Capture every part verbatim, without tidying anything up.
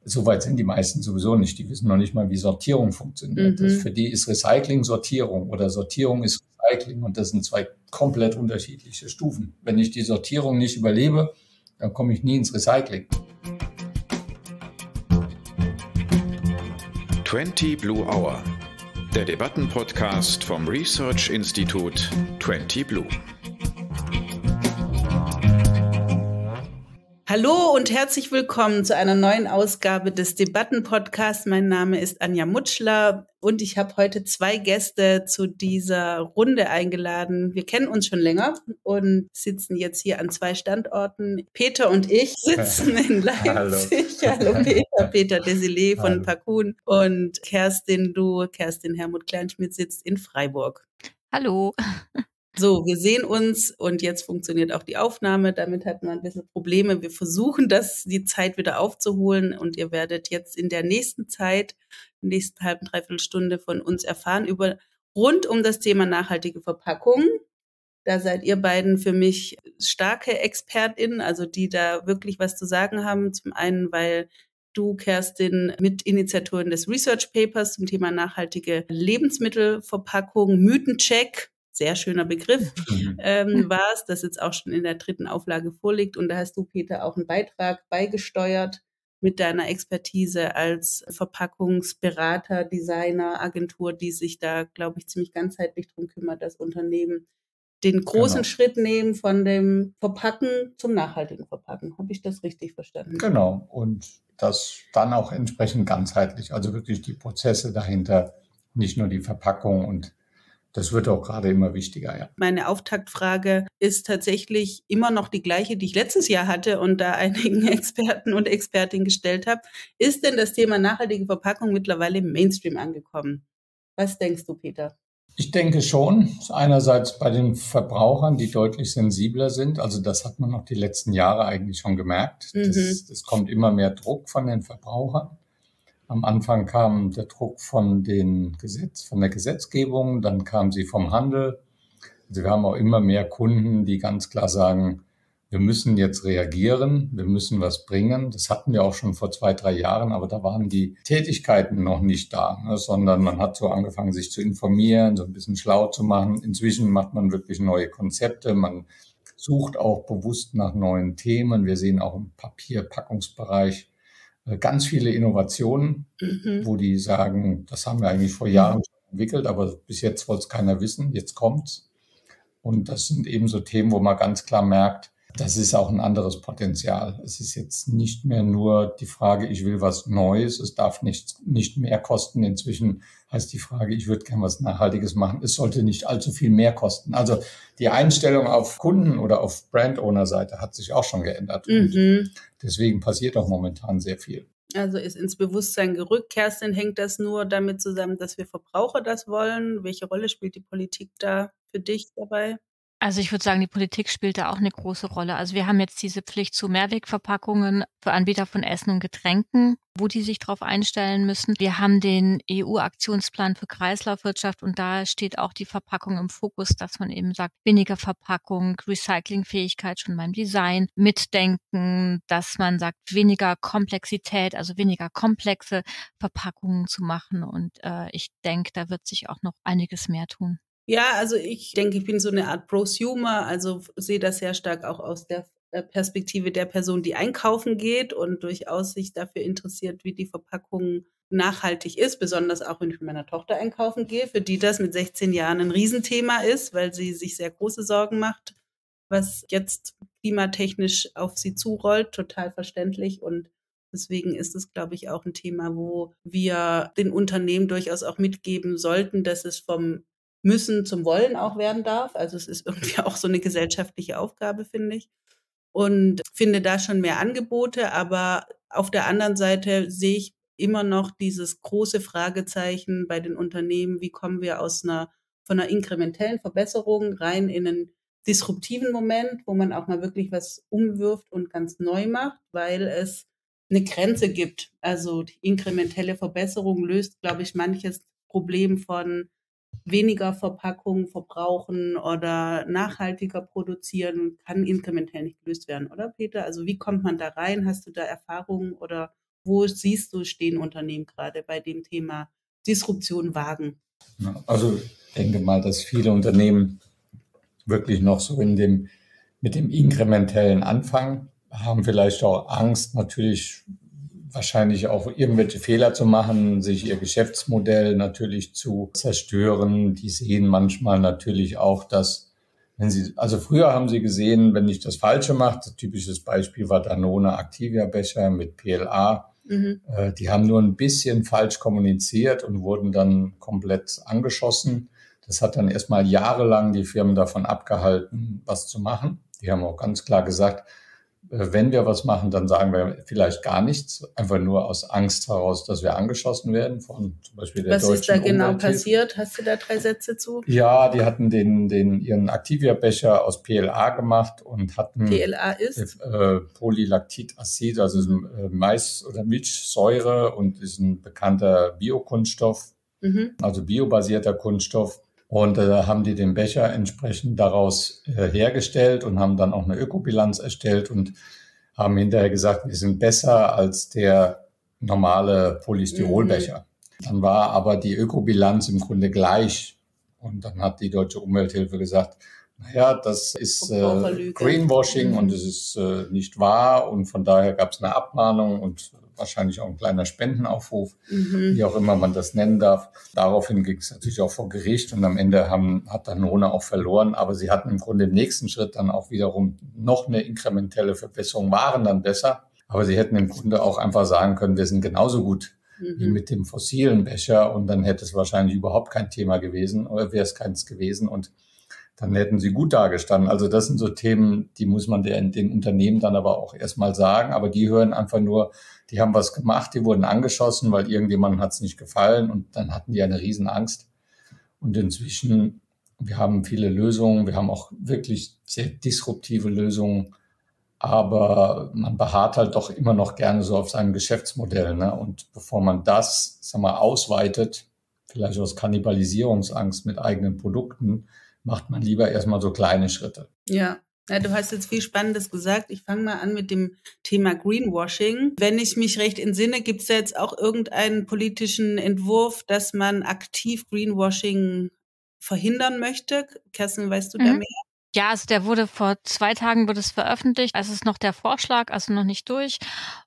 Soweit sind die meisten sowieso nicht. Die wissen noch nicht mal, wie Sortierung funktioniert. Mhm. Das, für die ist Recycling Sortierung oder Sortierung ist Recycling und das sind zwei komplett unterschiedliche Stufen. Wenn ich die Sortierung nicht überlebe, dann komme ich nie ins Recycling. zwanzig Blue Hour, der Debattenpodcast vom Research Institut zwanzig Blue. Hallo und herzlich willkommen zu einer neuen Ausgabe des Debattenpodcasts. Mein Name ist Anja Mutschler und ich habe heute zwei Gäste zu dieser Runde eingeladen. Wir kennen uns schon länger und sitzen jetzt hier an zwei Standorten. Peter und ich sitzen in Leipzig. Hallo, Hallo Peter, Peter Desilets von Parkun und Kerstin, du, Kerstin Hermuth-Kleinschmidt sitzt in Freiburg. Hallo. So, wir sehen uns und jetzt funktioniert auch die Aufnahme. Damit hatten wir ein bisschen Probleme. Wir versuchen, das die Zeit wieder aufzuholen und ihr werdet jetzt in der nächsten Zeit, in der nächsten halben, dreiviertel Stunde von uns erfahren über rund um das Thema nachhaltige Verpackung. Da seid ihr beiden für mich starke ExpertInnen, also die da wirklich was zu sagen haben. Zum einen, weil du, Kerstin, Mitinitiatorin des Research Papers zum Thema nachhaltige Lebensmittelverpackung, Mythencheck, sehr schöner Begriff, ähm, war es, das jetzt auch schon in der dritten Auflage vorliegt. Und da hast du, Peter, auch einen Beitrag beigesteuert mit deiner Expertise als Verpackungsberater, Designer, Agentur, die sich da, glaube ich, ziemlich ganzheitlich drum kümmert, dass Unternehmen den großen genau. Schritt nehmen von dem Verpacken zum nachhaltigen Verpacken. Habe ich das richtig verstanden? Genau. Und das dann auch entsprechend ganzheitlich. Also wirklich die Prozesse dahinter, nicht nur die Verpackung und das wird auch gerade immer wichtiger, ja. Meine Auftaktfrage ist tatsächlich immer noch die gleiche, die ich letztes Jahr hatte und da einigen Experten und Expertinnen gestellt habe. Ist denn das Thema nachhaltige Verpackung mittlerweile im Mainstream angekommen? Was denkst du, Peter? Ich denke schon. Einerseits bei den Verbrauchern, die deutlich sensibler sind. Also das hat man noch die letzten Jahre eigentlich schon gemerkt. Mhm. Das, das kommt immer mehr Druck von den Verbrauchern. Am Anfang kam der Druck von den Gesetz, von der Gesetzgebung, dann kam sie vom Handel. Also wir haben auch immer mehr Kunden, die ganz klar sagen, wir müssen jetzt reagieren, wir müssen was bringen. Das hatten wir auch schon vor zwei, drei Jahren, aber da waren die Tätigkeiten noch nicht da, ne, sondern man hat so angefangen, sich zu informieren, so ein bisschen schlau zu machen. Inzwischen macht man wirklich neue Konzepte, man sucht auch bewusst nach neuen Themen. Wir sehen auch im Papierpackungsbereich ganz viele Innovationen, mhm. wo die sagen, das haben wir eigentlich vor Jahren schon entwickelt, aber bis jetzt wollte es keiner wissen, jetzt kommt's. Und das sind eben so Themen, wo man ganz klar merkt, das ist auch ein anderes Potenzial. Es ist jetzt nicht mehr nur die Frage, ich will was Neues, es darf nicht, nicht mehr kosten. Inzwischen heißt die Frage, ich würde gerne was Nachhaltiges machen. Es sollte nicht allzu viel mehr kosten. Also die Einstellung auf Kunden- oder auf Brand-Owner-Seite hat sich auch schon geändert. Mhm. Und deswegen passiert auch momentan sehr viel. Also ist ins Bewusstsein gerückt. Kerstin, hängt das nur damit zusammen, dass wir Verbraucher das wollen? Welche Rolle spielt die Politik da für dich dabei? Also ich würde sagen, die Politik spielt da auch eine große Rolle. Also wir haben jetzt diese Pflicht zu Mehrwegverpackungen für Anbieter von Essen und Getränken, wo die sich darauf einstellen müssen. Wir haben den E U-Aktionsplan für Kreislaufwirtschaft und da steht auch die Verpackung im Fokus, dass man eben sagt, weniger Verpackung, Recyclingfähigkeit schon beim Design, mitdenken, dass man sagt, weniger Komplexität, also weniger komplexe Verpackungen zu machen. Und äh, ich denke, da wird sich auch noch einiges mehr tun. Ja, also ich denke, ich bin so eine Art Prosumer, also sehe das sehr stark auch aus der Perspektive der Person, die einkaufen geht und durchaus sich dafür interessiert, wie die Verpackung nachhaltig ist, besonders auch wenn ich mit meiner Tochter einkaufen gehe, für die das mit sechzehn Jahren ein Riesenthema ist, weil sie sich sehr große Sorgen macht, was jetzt klimatechnisch auf sie zurollt, total verständlich und deswegen ist es, glaube ich, auch ein Thema, wo wir den Unternehmen durchaus auch mitgeben sollten, dass es vom Müssen zum Wollen auch werden darf. Also es ist irgendwie auch so eine gesellschaftliche Aufgabe, finde ich. Und finde da schon mehr Angebote. Aber auf der anderen Seite sehe ich immer noch dieses große Fragezeichen bei den Unternehmen. Wie kommen wir aus einer, von einer inkrementellen Verbesserung rein in einen disruptiven Moment, wo man auch mal wirklich was umwirft und ganz neu macht, weil es eine Grenze gibt. Also die inkrementelle Verbesserung löst, glaube ich, manches Problem von weniger Verpackung verbrauchen oder nachhaltiger produzieren, kann inkrementell nicht gelöst werden, oder Peter? Also wie kommt man da rein? Hast du da Erfahrungen oder Wo siehst du, stehen Unternehmen gerade bei dem Thema Disruption wagen? Ja, also ich denke mal, dass viele Unternehmen wirklich noch so in dem, mit dem inkrementellen Anfang haben, vielleicht auch Angst, natürlich wahrscheinlich auch irgendwelche Fehler zu machen, sich ihr Geschäftsmodell natürlich zu zerstören. Die sehen manchmal natürlich auch, dass, wenn sie, also früher haben sie gesehen, wenn ich das Falsche mache, das typisches Beispiel war Danone Activia-Becher mit P L A. Mhm. Äh, die haben nur ein bisschen falsch kommuniziert und wurden dann komplett angeschossen. Das hat dann erstmal jahrelang die Firmen davon abgehalten, was zu machen. Die haben auch ganz klar gesagt, wenn wir was machen, dann sagen wir vielleicht gar nichts, einfach nur aus Angst heraus, dass wir angeschossen werden von zum Beispiel der deutschen Umwelthilfe. Was ist da genau Umwelthilfe. passiert? Hast du da drei Sätze zu? Ja, die hatten den, den ihren Activia-Becher aus P L A gemacht und hatten P L A ist äh, Polylactidacid, also ist ein, äh, Mais- oder Milchsäure und ist ein bekannter Biokunststoff, mhm. also biobasierter Kunststoff. Und äh, haben die den Becher entsprechend daraus äh, hergestellt und haben dann auch eine Ökobilanz erstellt und haben hinterher gesagt, wir sind besser als der normale Polystyrolbecher. Mhm. Dann war aber die Ökobilanz im Grunde gleich. Und dann hat die Deutsche Umwelthilfe gesagt, naja, das ist äh, Greenwashing mhm. und es ist äh, nicht wahr. Und von daher gab es eine Abmahnung und wahrscheinlich auch ein kleiner Spendenaufruf, mhm. wie auch immer man das nennen darf. Daraufhin ging es natürlich auch vor Gericht und am Ende haben, hat Danone auch verloren. Aber sie hatten im Grunde im nächsten Schritt dann auch wiederum noch eine inkrementelle Verbesserung, waren dann besser. Aber sie hätten im Grunde auch einfach sagen können, wir sind genauso gut mhm. wie mit dem fossilen Becher und dann hätte es wahrscheinlich überhaupt kein Thema gewesen oder wäre es keins gewesen und dann hätten sie gut dagestanden. Also das sind so Themen, die muss man den, den Unternehmen dann aber auch erstmal sagen. Aber die hören einfach nur, die haben was gemacht, die wurden angeschossen, weil irgendjemandem hat es nicht gefallen und dann hatten die eine Riesenangst. Und inzwischen, wir haben viele Lösungen, wir haben auch wirklich sehr disruptive Lösungen, aber man beharrt halt doch immer noch gerne so auf seinem Geschäftsmodell, ne? Und bevor man das, sag mal, ausweitet, vielleicht aus Kannibalisierungsangst mit eigenen Produkten, macht man lieber erstmal so kleine Schritte. Ja. Ja, du hast jetzt viel Spannendes gesagt. Ich fange mal an mit dem Thema Greenwashing. Wenn ich mich recht entsinne, gibt es da jetzt auch irgendeinen politischen Entwurf, dass man aktiv Greenwashing verhindern möchte? Kerstin, weißt du mhm. da mehr? Ja, also der wurde vor zwei Tagen wurde es veröffentlicht. Es ist noch der Vorschlag, also noch nicht durch.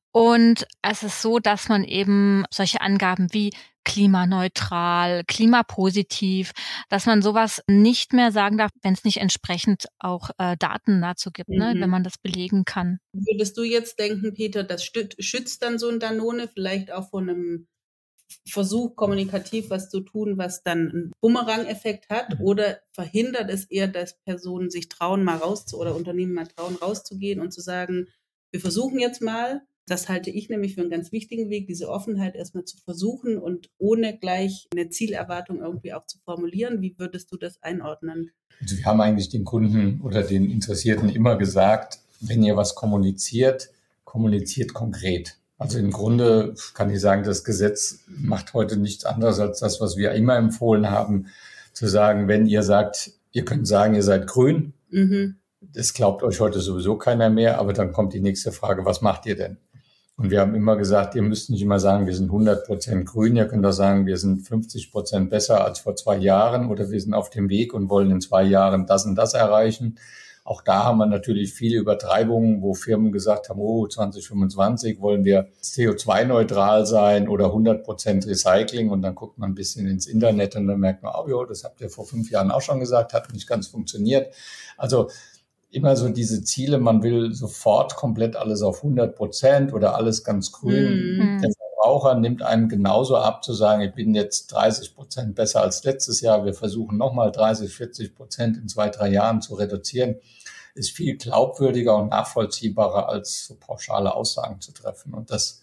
Und es ist so, dass man eben solche Angaben wie klimaneutral, klimapositiv, dass man sowas nicht mehr sagen darf, wenn es nicht entsprechend auch äh, Daten dazu gibt, mhm. ne, wenn man das belegen kann. Würdest du jetzt denken, Peter, das schützt dann so ein Danone vielleicht auch vor einem Versuch, kommunikativ was zu tun, was dann einen Bumerang-Effekt hat, mhm. oder verhindert es eher, dass Personen sich trauen, mal raus oder Unternehmen mal trauen, rauszugehen und zu sagen, wir versuchen jetzt mal. Das halte ich nämlich für einen ganz wichtigen Weg, diese Offenheit erstmal zu versuchen und ohne gleich eine Zielerwartung irgendwie auch zu formulieren. Wie würdest du das einordnen? Also wir haben eigentlich den Kunden oder den Interessierten immer gesagt, wenn ihr was kommuniziert, kommuniziert konkret. Also im Grunde kann ich sagen, das Gesetz macht heute nichts anderes als das, was wir immer empfohlen haben, zu sagen, wenn ihr sagt, ihr könnt sagen, ihr seid grün, mhm. das glaubt euch heute sowieso keiner mehr, aber dann kommt die nächste Frage, was macht ihr denn? Und wir haben immer gesagt, ihr müsst nicht immer sagen, wir sind hundert Prozent grün. Ihr könnt auch sagen, wir sind fünfzig Prozent besser als vor zwei Jahren oder wir sind auf dem Weg und wollen in zwei Jahren das und das erreichen. Auch da haben wir natürlich viele Übertreibungen, wo Firmen gesagt haben, oh, zwanzig fünfundzwanzig wollen wir C O zwei neutral sein oder hundert Prozent Recycling. Und dann guckt man ein bisschen ins Internet und dann merkt man, oh jo, das habt ihr vor fünf Jahren auch schon gesagt, hat nicht ganz funktioniert. Also immer so diese Ziele, man will sofort komplett alles auf hundert Prozent oder alles ganz grün. Mhm. Der Verbraucher nimmt einem genauso ab zu sagen, ich bin jetzt dreißig Prozent besser als letztes Jahr. Wir versuchen nochmal dreißig, vierzig Prozent in zwei, drei Jahren zu reduzieren. Ist viel glaubwürdiger und nachvollziehbarer, als so pauschale Aussagen zu treffen. Und das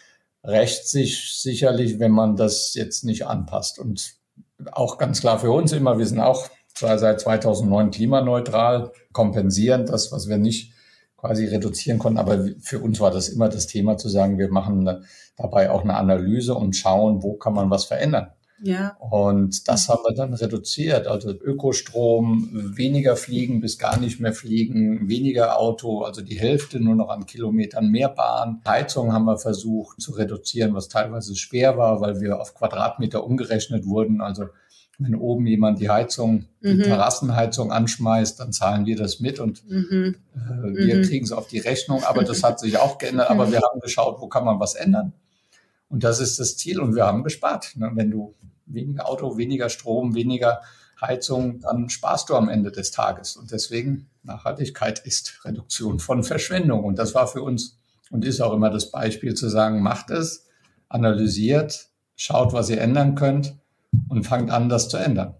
rächt sich sicherlich, wenn man das jetzt nicht anpasst. Und auch ganz klar für uns immer, wir sind auch seit zweitausendneun klimaneutral, kompensieren das, was wir nicht quasi reduzieren konnten. Aber für uns war das immer das Thema zu sagen, wir machen dabei auch eine Analyse und schauen, wo kann man was verändern. Ja. Und das haben wir dann reduziert. Also Ökostrom, weniger fliegen bis gar nicht mehr fliegen, weniger Auto, also die Hälfte nur noch an Kilometern, mehr Bahn. Heizung haben wir versucht zu reduzieren, was teilweise schwer war, weil wir auf Quadratmeter umgerechnet wurden. Also wenn oben jemand die Heizung, die mhm. Terrassenheizung anschmeißt, dann zahlen wir das mit und mhm. äh, wir mhm. kriegen es auf die Rechnung. Aber das hat sich auch geändert. Aber wir haben geschaut, wo kann man was ändern? Und das ist das Ziel und wir haben gespart. Wenn du weniger Auto, weniger Strom, weniger Heizung, dann sparst du am Ende des Tages. Und deswegen, Nachhaltigkeit ist Reduktion von Verschwendung. Und das war für uns und ist auch immer das Beispiel zu sagen, macht es, analysiert, schaut, was ihr ändern könnt und fangt an, das zu ändern.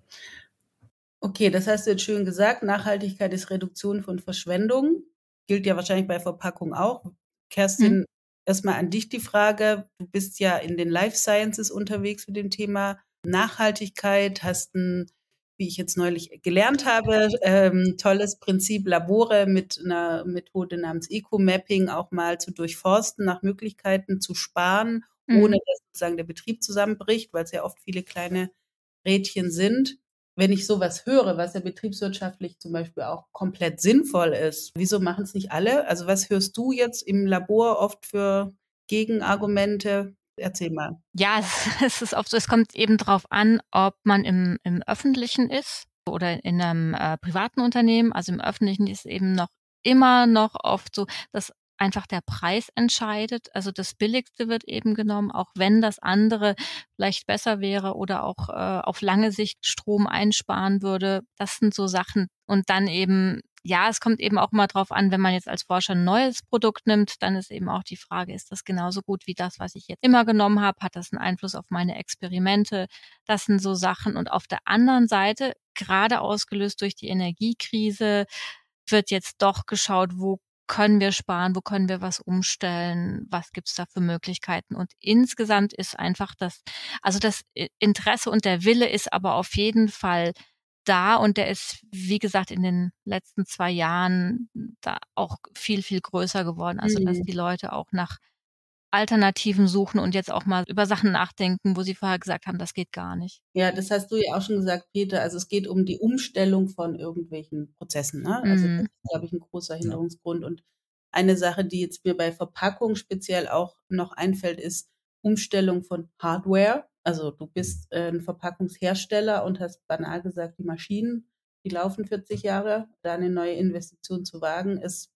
Okay, das hast du jetzt schön gesagt. Nachhaltigkeit ist Reduktion von Verschwendung. Gilt ja wahrscheinlich bei Verpackung auch. Kerstin, hm. erstmal an dich die Frage. Du bist ja in den Life Sciences unterwegs mit dem Thema Nachhaltigkeit, hast ein, wie ich jetzt neulich gelernt habe, ähm, tolles Prinzip, Labore mit einer Methode namens Eco-Mapping auch mal zu durchforsten, nach Möglichkeiten zu sparen, mhm. ohne dass sozusagen der Betrieb zusammenbricht, weil es ja oft viele kleine Rädchen sind. Wenn ich sowas höre, was ja betriebswirtschaftlich zum Beispiel auch komplett sinnvoll ist, wieso machen es nicht alle? Also was hörst du jetzt im Labor oft für Gegenargumente? Erzähl mal. Ja, es ist oft so, es kommt eben drauf an, ob man im, im Öffentlichen ist oder in einem äh, privaten Unternehmen. Also im Öffentlichen ist eben noch immer noch oft so, dass einfach der Preis entscheidet. Also das Billigste wird eben genommen, auch wenn das andere vielleicht besser wäre oder auch äh, auf lange Sicht Strom einsparen würde. Das sind so Sachen. Und dann eben, ja, es kommt eben auch mal drauf an, wenn man jetzt als Forscher ein neues Produkt nimmt, dann ist eben auch die Frage, ist das genauso gut wie das, was ich jetzt immer genommen habe? Hat das einen Einfluss auf meine Experimente? Das sind so Sachen. Und auf der anderen Seite, gerade ausgelöst durch die Energiekrise, wird jetzt doch geschaut, wo können wir sparen, wo können wir was umstellen, was gibt's da für Möglichkeiten? Und insgesamt ist einfach das, also das Interesse und der Wille ist aber auf jeden Fall da und der ist, wie gesagt, in den letzten zwei Jahren da auch viel, viel größer geworden. Also mhm. dass die Leute auch nach Alternativen suchen und jetzt auch mal über Sachen nachdenken, wo sie vorher gesagt haben, das geht gar nicht. Ja, das hast du ja auch schon gesagt, Peter. Also es geht um die Umstellung von irgendwelchen Prozessen. Ne? Also mm. das ist, glaube ich, ein großer Hinderungsgrund. Ja. Und eine Sache, die jetzt mir bei Verpackung speziell auch noch einfällt, ist Umstellung von Hardware. Also du bist äh, ein Verpackungshersteller und hast banal gesagt, die Maschinen, die laufen vierzig Jahre. Da eine neue Investition zu wagen, ist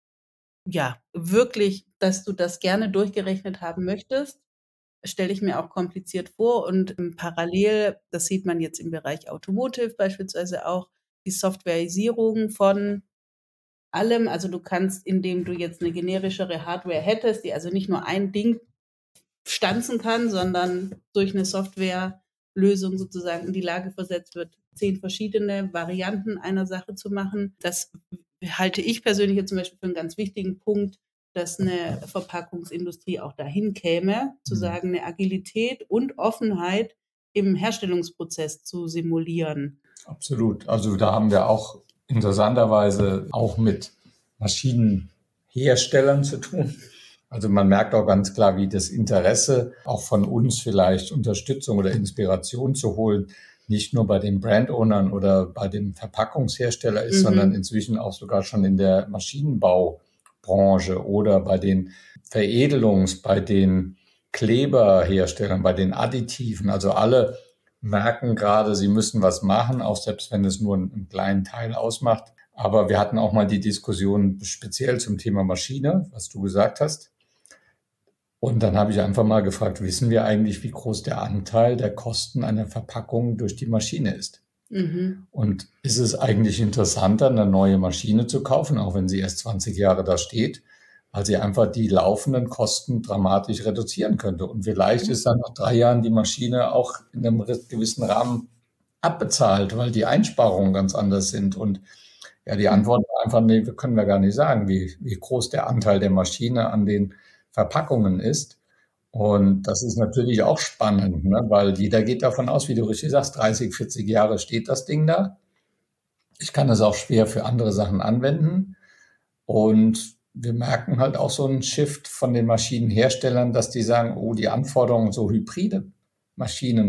ja, wirklich, dass du das gerne durchgerechnet haben möchtest, stelle ich mir auch kompliziert vor. Und ähm, parallel, das sieht man jetzt im Bereich Automotive beispielsweise auch, die Softwarisierung von allem. Also du kannst, indem du jetzt eine generischere Hardware hättest, die also nicht nur ein Ding stanzen kann, sondern durch eine Softwarelösung sozusagen in die Lage versetzt wird, zehn verschiedene Varianten einer Sache zu machen. Das halte ich persönlich jetzt zum Beispiel für einen ganz wichtigen Punkt, dass eine Verpackungsindustrie auch dahin käme, zu sagen, eine Agilität und Offenheit im Herstellungsprozess zu simulieren. Absolut. Also da haben wir auch interessanterweise auch mit Maschinenherstellern zu tun. Also man merkt auch ganz klar, wie das Interesse auch von uns vielleicht Unterstützung oder Inspiration zu holen, nicht nur bei den Brand-Ownern oder bei dem Verpackungshersteller ist, mhm. sondern inzwischen auch sogar schon in der Maschinenbaubranche oder bei den Veredelungs-, bei den Kleberherstellern, bei den Additiven. Also alle merken gerade, sie müssen was machen, auch selbst wenn es nur einen kleinen Teil ausmacht. Aber wir hatten auch mal die Diskussion speziell zum Thema Maschine, was du gesagt hast. Und dann habe ich einfach mal gefragt, wissen wir eigentlich, wie groß der Anteil der Kosten einer Verpackung durch die Maschine ist? Mhm. Und ist es eigentlich interessanter, eine neue Maschine zu kaufen, auch wenn sie erst zwanzig Jahre da steht, weil sie einfach die laufenden Kosten dramatisch reduzieren könnte. Und vielleicht ist dann nach drei Jahren die Maschine auch in einem gewissen Rahmen abbezahlt, weil die Einsparungen ganz anders sind. Und ja, die Antwort war einfach, nee, wir können wir gar nicht sagen, wie, wie groß der Anteil der Maschine an den Verpackungen ist. Und das ist natürlich auch spannend, ne? Weil jeder geht davon aus, wie du richtig sagst, dreißig, vierzig Jahre steht das Ding da. Ich kann es auch schwer für andere Sachen anwenden. Und wir merken halt auch so einen Shift von den Maschinenherstellern, dass die sagen, oh, die Anforderungen, so hybride Maschinen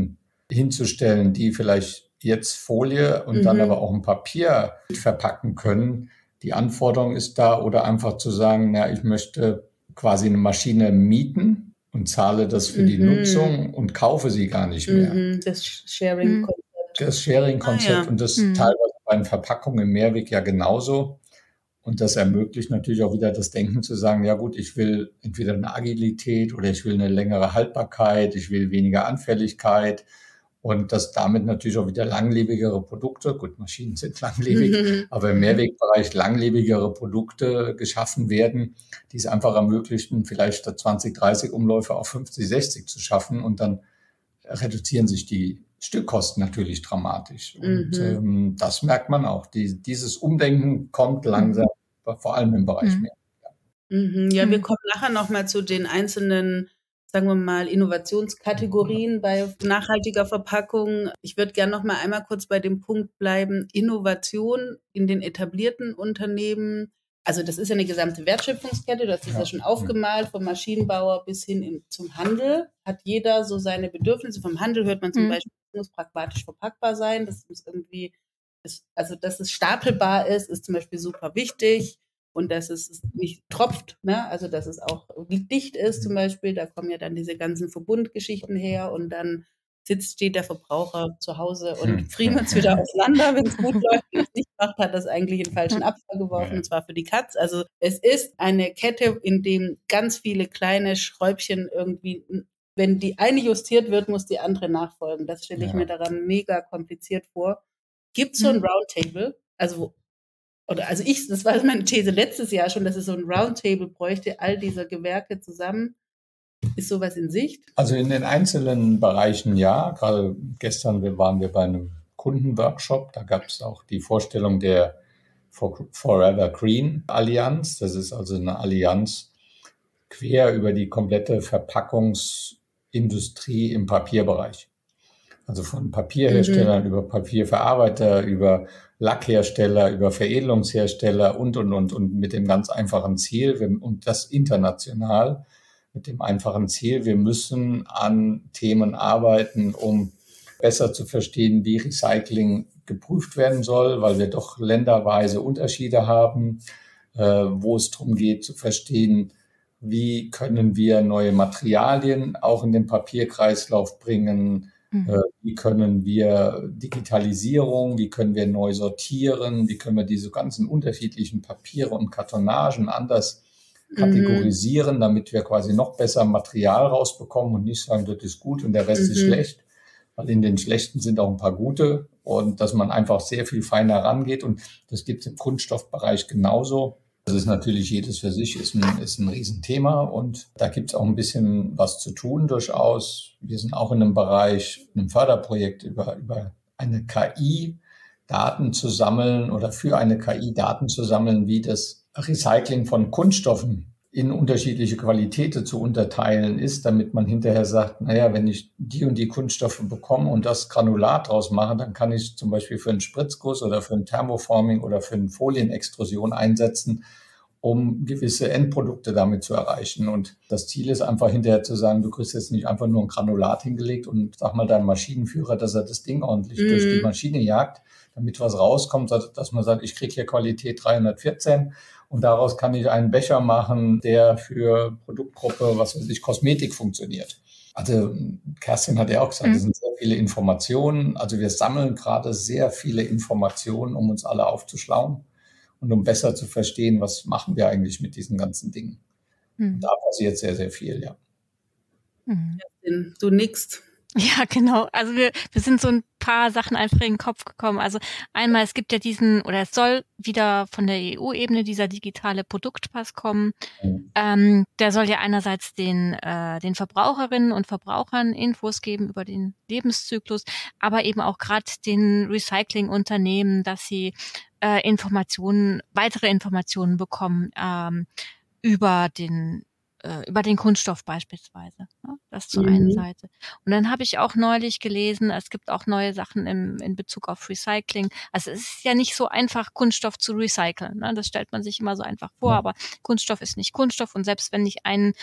hinzustellen, die vielleicht jetzt Folie und mhm. dann aber auch ein Papier verpacken können. Die Anforderung ist da, oder einfach zu sagen, na, ich möchte quasi eine Maschine mieten und zahle das für mhm. die Nutzung und kaufe sie gar nicht mehr. Mhm. Das Sharing-Konzept. Das Sharing-Konzept ah, ja. und das mhm. teilweise bei den Verpackungen im Mehrweg ja genauso. Und das ermöglicht natürlich auch wieder das Denken zu sagen, ja gut, ich will entweder eine Agilität oder ich will eine längere Haltbarkeit, ich will weniger Anfälligkeit und dass damit natürlich auch wieder langlebigere Produkte, gut, Maschinen sind langlebig, mhm. aber im Mehrwegbereich langlebigere Produkte geschaffen werden, die es einfach ermöglichen, vielleicht statt zwanzig, dreißig Umläufe auf fünfzig, sechzig zu schaffen und dann reduzieren sich die Stückkosten natürlich dramatisch. Und mhm. ähm, das merkt man auch. Die, dieses Umdenken kommt langsam, mhm. vor allem im Bereich mhm. mehr. Mhm. Ja, wir kommen nachher nochmal zu den einzelnen, sagen wir mal, Innovationskategorien bei nachhaltiger Verpackung. Ich würde gerne noch mal einmal kurz bei dem Punkt bleiben, Innovation in den etablierten Unternehmen. Also das ist ja eine gesamte Wertschöpfungskette, das ist ja, ja schon aufgemalt, vom Maschinenbauer bis hin in, zum Handel. Hat jeder so seine Bedürfnisse. Vom Handel hört man zum mhm. Beispiel, es muss pragmatisch verpackbar sein, das muss irgendwie, also dass es stapelbar ist, ist zum Beispiel super wichtig. Und dass es nicht tropft, ne? Also dass es auch dicht ist zum Beispiel. Da kommen ja dann diese ganzen Verbundgeschichten her und dann sitzt, steht der Verbraucher zu Hause und friemelt es wieder auseinander, wenn es gut läuft. Wenn es nicht macht, hat das eigentlich in den falschen Abfall geworfen, und zwar für die Katz. Also es ist eine Kette, in dem ganz viele kleine Schräubchen irgendwie, wenn die eine justiert wird, muss die andere nachfolgen. Das stelle ich ja. mir daran mega kompliziert vor. Gibt es so ein Roundtable, also oder also ich, das war meine These letztes Jahr schon, dass es so ein Roundtable bräuchte, all dieser Gewerke zusammen. Ist sowas in Sicht? Also in den einzelnen Bereichen ja. Gerade gestern waren wir bei einem Kundenworkshop. Da gab es auch die Vorstellung der Forever Green Allianz. Das ist also eine Allianz quer über die komplette Verpackungsindustrie im Papierbereich. Also von Papierherstellern mhm. über Papierverarbeiter, über Lackhersteller, über Veredelungshersteller und, und, und, und mit dem ganz einfachen Ziel, und das international, mit dem einfachen Ziel, wir müssen an Themen arbeiten, um besser zu verstehen, wie Recycling geprüft werden soll, weil wir doch länderweise Unterschiede haben, äh, wo es darum geht zu verstehen, wie können wir neue Materialien auch in den Papierkreislauf bringen, mhm. äh, wie können wir Digitalisierung, wie können wir neu sortieren, wie können wir diese ganzen unterschiedlichen Papiere und Kartonagen anders kategorisieren, mhm. damit wir quasi noch besser Material rausbekommen und nicht sagen, das ist gut und der Rest mhm. ist schlecht, weil in den schlechten sind auch ein paar gute, und dass man einfach sehr viel feiner rangeht, und das gibt es im Kunststoffbereich genauso. Das ist natürlich jedes für sich, ist ein, ist ein Riesenthema, und da gibt es auch ein bisschen was zu tun durchaus. Wir sind auch in einem Bereich, in einem Förderprojekt über, über eine K I Daten zu sammeln oder für eine K I Daten zu sammeln, wie das Recycling von Kunststoffen in unterschiedliche Qualitäten zu unterteilen ist, damit man hinterher sagt, naja, wenn ich die und die Kunststoffe bekomme und das Granulat draus mache, dann kann ich zum Beispiel für einen Spritzguss oder für ein Thermoforming oder für eine Folienextrusion einsetzen, um gewisse Endprodukte damit zu erreichen. Und das Ziel ist einfach hinterher zu sagen, du kriegst jetzt nicht einfach nur ein Granulat hingelegt und sag mal deinem Maschinenführer, dass er das Ding ordentlich mhm. durch die Maschine jagt, damit was rauskommt, dass man sagt, ich kriege hier Qualität dreihundertvierzehn und daraus kann ich einen Becher machen, der für Produktgruppe, was weiß ich, Kosmetik funktioniert. Also Kerstin hat ja auch gesagt, mhm. das sind sehr viele Informationen. Also wir sammeln gerade sehr viele Informationen, um uns alle aufzuschlauen und um besser zu verstehen, was machen wir eigentlich mit diesen ganzen Dingen. Mhm. Und da passiert sehr, sehr viel, ja. Mhm. Du nickst. Ja, genau. Also wir, wir sind so ein paar Sachen einfach in den Kopf gekommen. Also einmal, es gibt ja diesen, oder es soll wieder von der E U-Ebene dieser digitale Produktpass kommen. Mhm. Ähm, der soll ja einerseits den, äh, den Verbraucherinnen und Verbrauchern Infos geben über den Lebenszyklus, aber eben auch gerade den Recyclingunternehmen, dass sie äh, Informationen, weitere Informationen bekommen ähm, über den über den Kunststoff beispielsweise. Das zur mhm. einen Seite. Und dann habe ich auch neulich gelesen, es gibt auch neue Sachen im, in Bezug auf Recycling. Also es ist ja nicht so einfach, Kunststoff zu recyceln. Ne? Das stellt man sich immer so einfach vor, aber Kunststoff ist nicht Kunststoff, und selbst wenn ich einen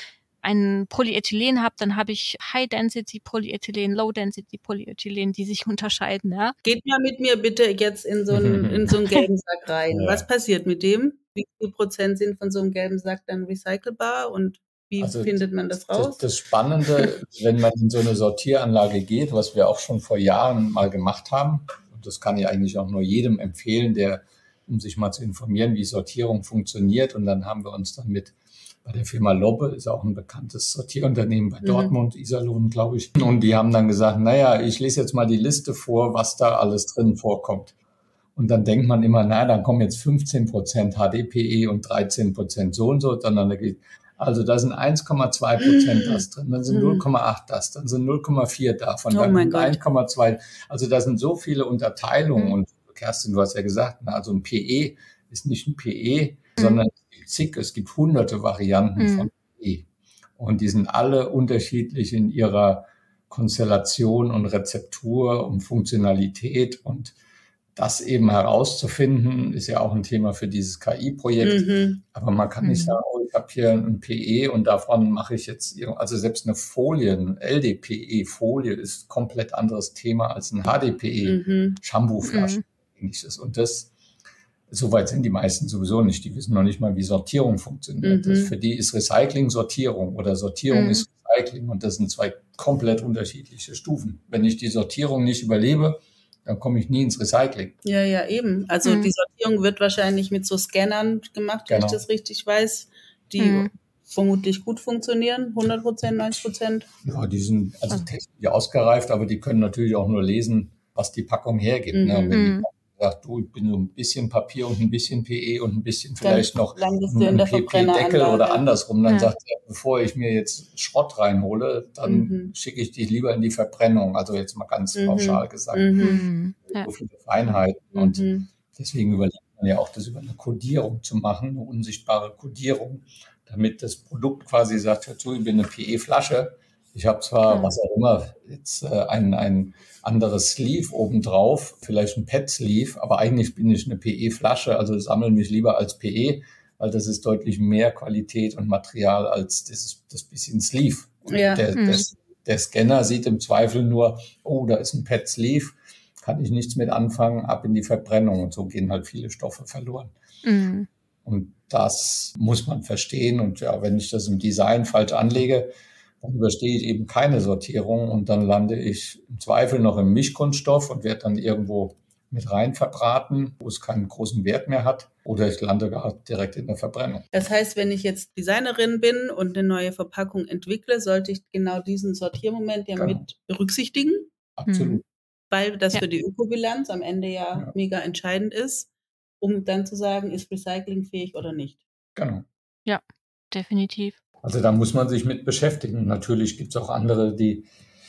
ein Polyethylen habe, dann habe ich High-Density-Polyethylen, Low-Density-Polyethylen, die sich unterscheiden. Ja? Geht mal mit mir bitte jetzt in so einen, in so einen gelben Sack rein. Ja. Was passiert mit dem? Wie viel Prozent sind von so einem gelben Sack dann recycelbar und wie also findet man das raus? Das, das Spannende, wenn man in so eine Sortieranlage geht, was wir auch schon vor Jahren mal gemacht haben, und das kann ich eigentlich auch nur jedem empfehlen, der, um sich mal zu informieren, wie Sortierung funktioniert. Und dann haben wir uns dann mit bei der Firma Lobbe, ist auch ein bekanntes Sortierunternehmen bei Dortmund, mhm. Iserlohn, glaube ich. Und die haben dann gesagt, naja, ich lese jetzt mal die Liste vor, was da alles drin vorkommt. Und dann denkt man immer, na, dann kommen jetzt fünfzehn Prozent H D P E und dreizehn Prozent so und so. Dann geht, also da sind eins Komma zwei Prozent das drin, dann sind null Komma acht das, dann sind null Komma vier davon, dann sind eins Komma zwei. Also da sind so viele Unterteilungen. Mhm. Und Kerstin, du hast ja gesagt, na, also ein P E ist nicht ein P E, mhm. sondern zig, es gibt hunderte Varianten mhm. von P E. Und die sind alle unterschiedlich in ihrer Konstellation und Rezeptur und Funktionalität. Und das eben herauszufinden, ist ja auch ein Thema für dieses K I-Projekt. Mhm. Aber man kann nicht mhm. sagen, oh, ich habe hier ein P E und davon mache ich jetzt, also selbst eine Folie, eine L D P E-Folie ist ein komplett anderes Thema als ein H D P E-Shampoo-Flasche. Mhm. Und das Soweit sind die meisten sowieso nicht. Die wissen noch nicht mal, wie Sortierung funktioniert. Mhm. Das, für die ist Recycling Sortierung oder Sortierung mhm. ist Recycling. Und das sind zwei komplett unterschiedliche Stufen. Wenn ich die Sortierung nicht überlebe, dann komme ich nie ins Recycling. Ja, ja, eben. Also mhm. die Sortierung wird wahrscheinlich mit so Scannern gemacht, wenn genau. ich das richtig weiß, die mhm. vermutlich gut funktionieren, hundert Prozent, neunzig Prozent. Ja, die sind also technisch ausgereift, aber die können natürlich auch nur lesen, was die Packung hergibt. Mhm. Ne? Und wenn die sagt, du, ich bin so ein bisschen Papier und ein bisschen P E und ein bisschen vielleicht dann noch ein P P-Deckel oder andersrum. Dann ja. sagt er, bevor ich mir jetzt Schrott reinhole, dann mhm. schicke ich dich lieber in die Verbrennung. Also jetzt mal ganz mhm. pauschal gesagt. Mhm. Ja. So viele Feinheiten. Mhm. Und deswegen überlegt man ja auch, das über eine Kodierung zu machen, eine unsichtbare Kodierung, damit das Produkt quasi sagt, hör zu, ich bin eine P E-Flasche. Ich habe zwar, ja. was auch immer, jetzt äh, ein, ein anderes Sleeve obendrauf, vielleicht ein P E T-Sleeve, aber eigentlich bin ich eine P E-Flasche, also sammle mich lieber als P E, weil das ist deutlich mehr Qualität und Material als das, das bisschen Sleeve. Ja. Der, mhm. der, der Scanner sieht im Zweifel nur, oh, da ist ein P E T-Sleeve, kann ich nichts mit anfangen, ab in die Verbrennung. Und so gehen halt viele Stoffe verloren. Mhm. Und das muss man verstehen. Und ja, wenn ich das im Design falsch anlege, dann überstehe ich eben keine Sortierung und dann lande ich im Zweifel noch im Mischkunststoff und werde dann irgendwo mit rein verbraten, wo es keinen großen Wert mehr hat. Oder ich lande gar direkt in der Verbrennung. Das heißt, wenn ich jetzt Designerin bin und eine neue Verpackung entwickle, sollte ich genau diesen Sortiermoment ja genau. mit berücksichtigen. Absolut. Mhm. Weil das ja. für die Ökobilanz am Ende ja, ja mega entscheidend ist, um dann zu sagen, ist recyclingfähig oder nicht. Genau. Ja, definitiv. Also da muss man sich mit beschäftigen. Natürlich gibt es auch andere, die,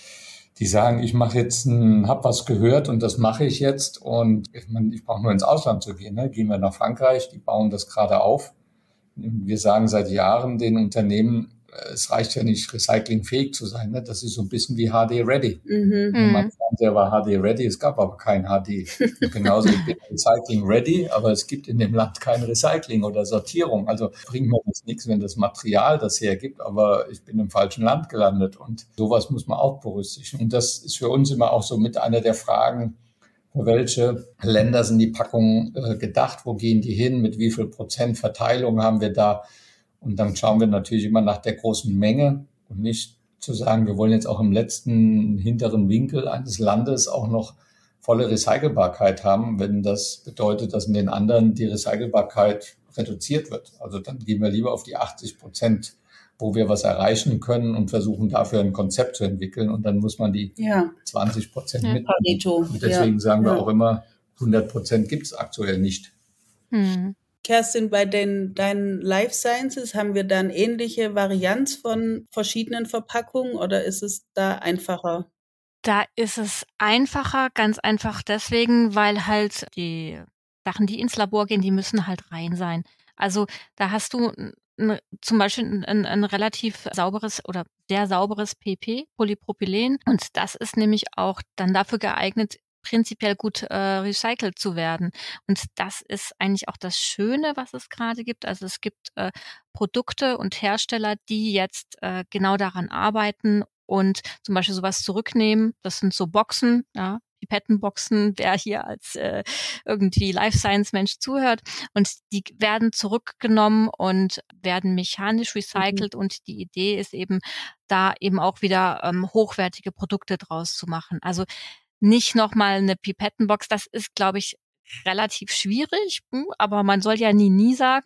die sagen, ich mache jetzt, habe was gehört und das mache ich jetzt und ich, ich brauche nur ins Ausland zu gehen. Ne? Gehen wir nach Frankreich, die bauen das gerade auf. Wir sagen seit Jahren den Unternehmen, es reicht ja nicht, recyclingfähig zu sein. Ne? Das ist so ein bisschen wie H D-ready. Mhm. Mein Fernseher war H D-ready, es gab aber kein H D. Genauso, ich bin recycling-ready, aber es gibt in dem Land kein Recycling oder Sortierung. Also bringt mir das nichts, wenn das Material das hergibt, aber ich bin im falschen Land gelandet. Und sowas muss man auch berücksichtigen. Und das ist für uns immer auch so mit einer der Fragen, für welche Länder sind die Packungen äh, gedacht, wo gehen die hin, mit wie viel Prozent Verteilung haben wir da. Und dann schauen wir natürlich immer nach der großen Menge und nicht zu sagen, wir wollen jetzt auch im letzten hinteren Winkel eines Landes auch noch volle Recycelbarkeit haben, wenn das bedeutet, dass in den anderen die Recycelbarkeit reduziert wird. Also dann gehen wir lieber auf die achtzig Prozent, wo wir was erreichen können und versuchen dafür ein Konzept zu entwickeln. Und dann muss man die ja. zwanzig Prozent ja, mitnehmen. Und deswegen ja. sagen wir ja. auch immer, hundert Prozent gibt es aktuell nicht. Hm. Kerstin, bei den, deinen Life Sciences haben wir dann ähnliche Varianz von verschiedenen Verpackungen oder ist es da einfacher? Da ist es einfacher, ganz einfach deswegen, weil halt die Sachen, die ins Labor gehen, die müssen halt rein sein. Also da hast du ein, zum Beispiel ein, ein relativ sauberes oder sehr sauberes P P, Polypropylen. Und das ist nämlich auch dann dafür geeignet, prinzipiell gut äh, recycelt zu werden. Und das ist eigentlich auch das Schöne, was es gerade gibt. Also es gibt äh, Produkte und Hersteller, die jetzt äh, genau daran arbeiten und zum Beispiel sowas zurücknehmen. Das sind so Boxen, ja, Pipettenboxen, wer hier als äh, irgendwie Life Science Mensch zuhört. Und die werden zurückgenommen und werden mechanisch recycelt. Mhm. Und die Idee ist eben, da eben auch wieder ähm, hochwertige Produkte draus zu machen. Also nicht nochmal eine Pipettenbox, das ist, glaube ich, relativ schwierig, aber man soll ja nie, nie sagen.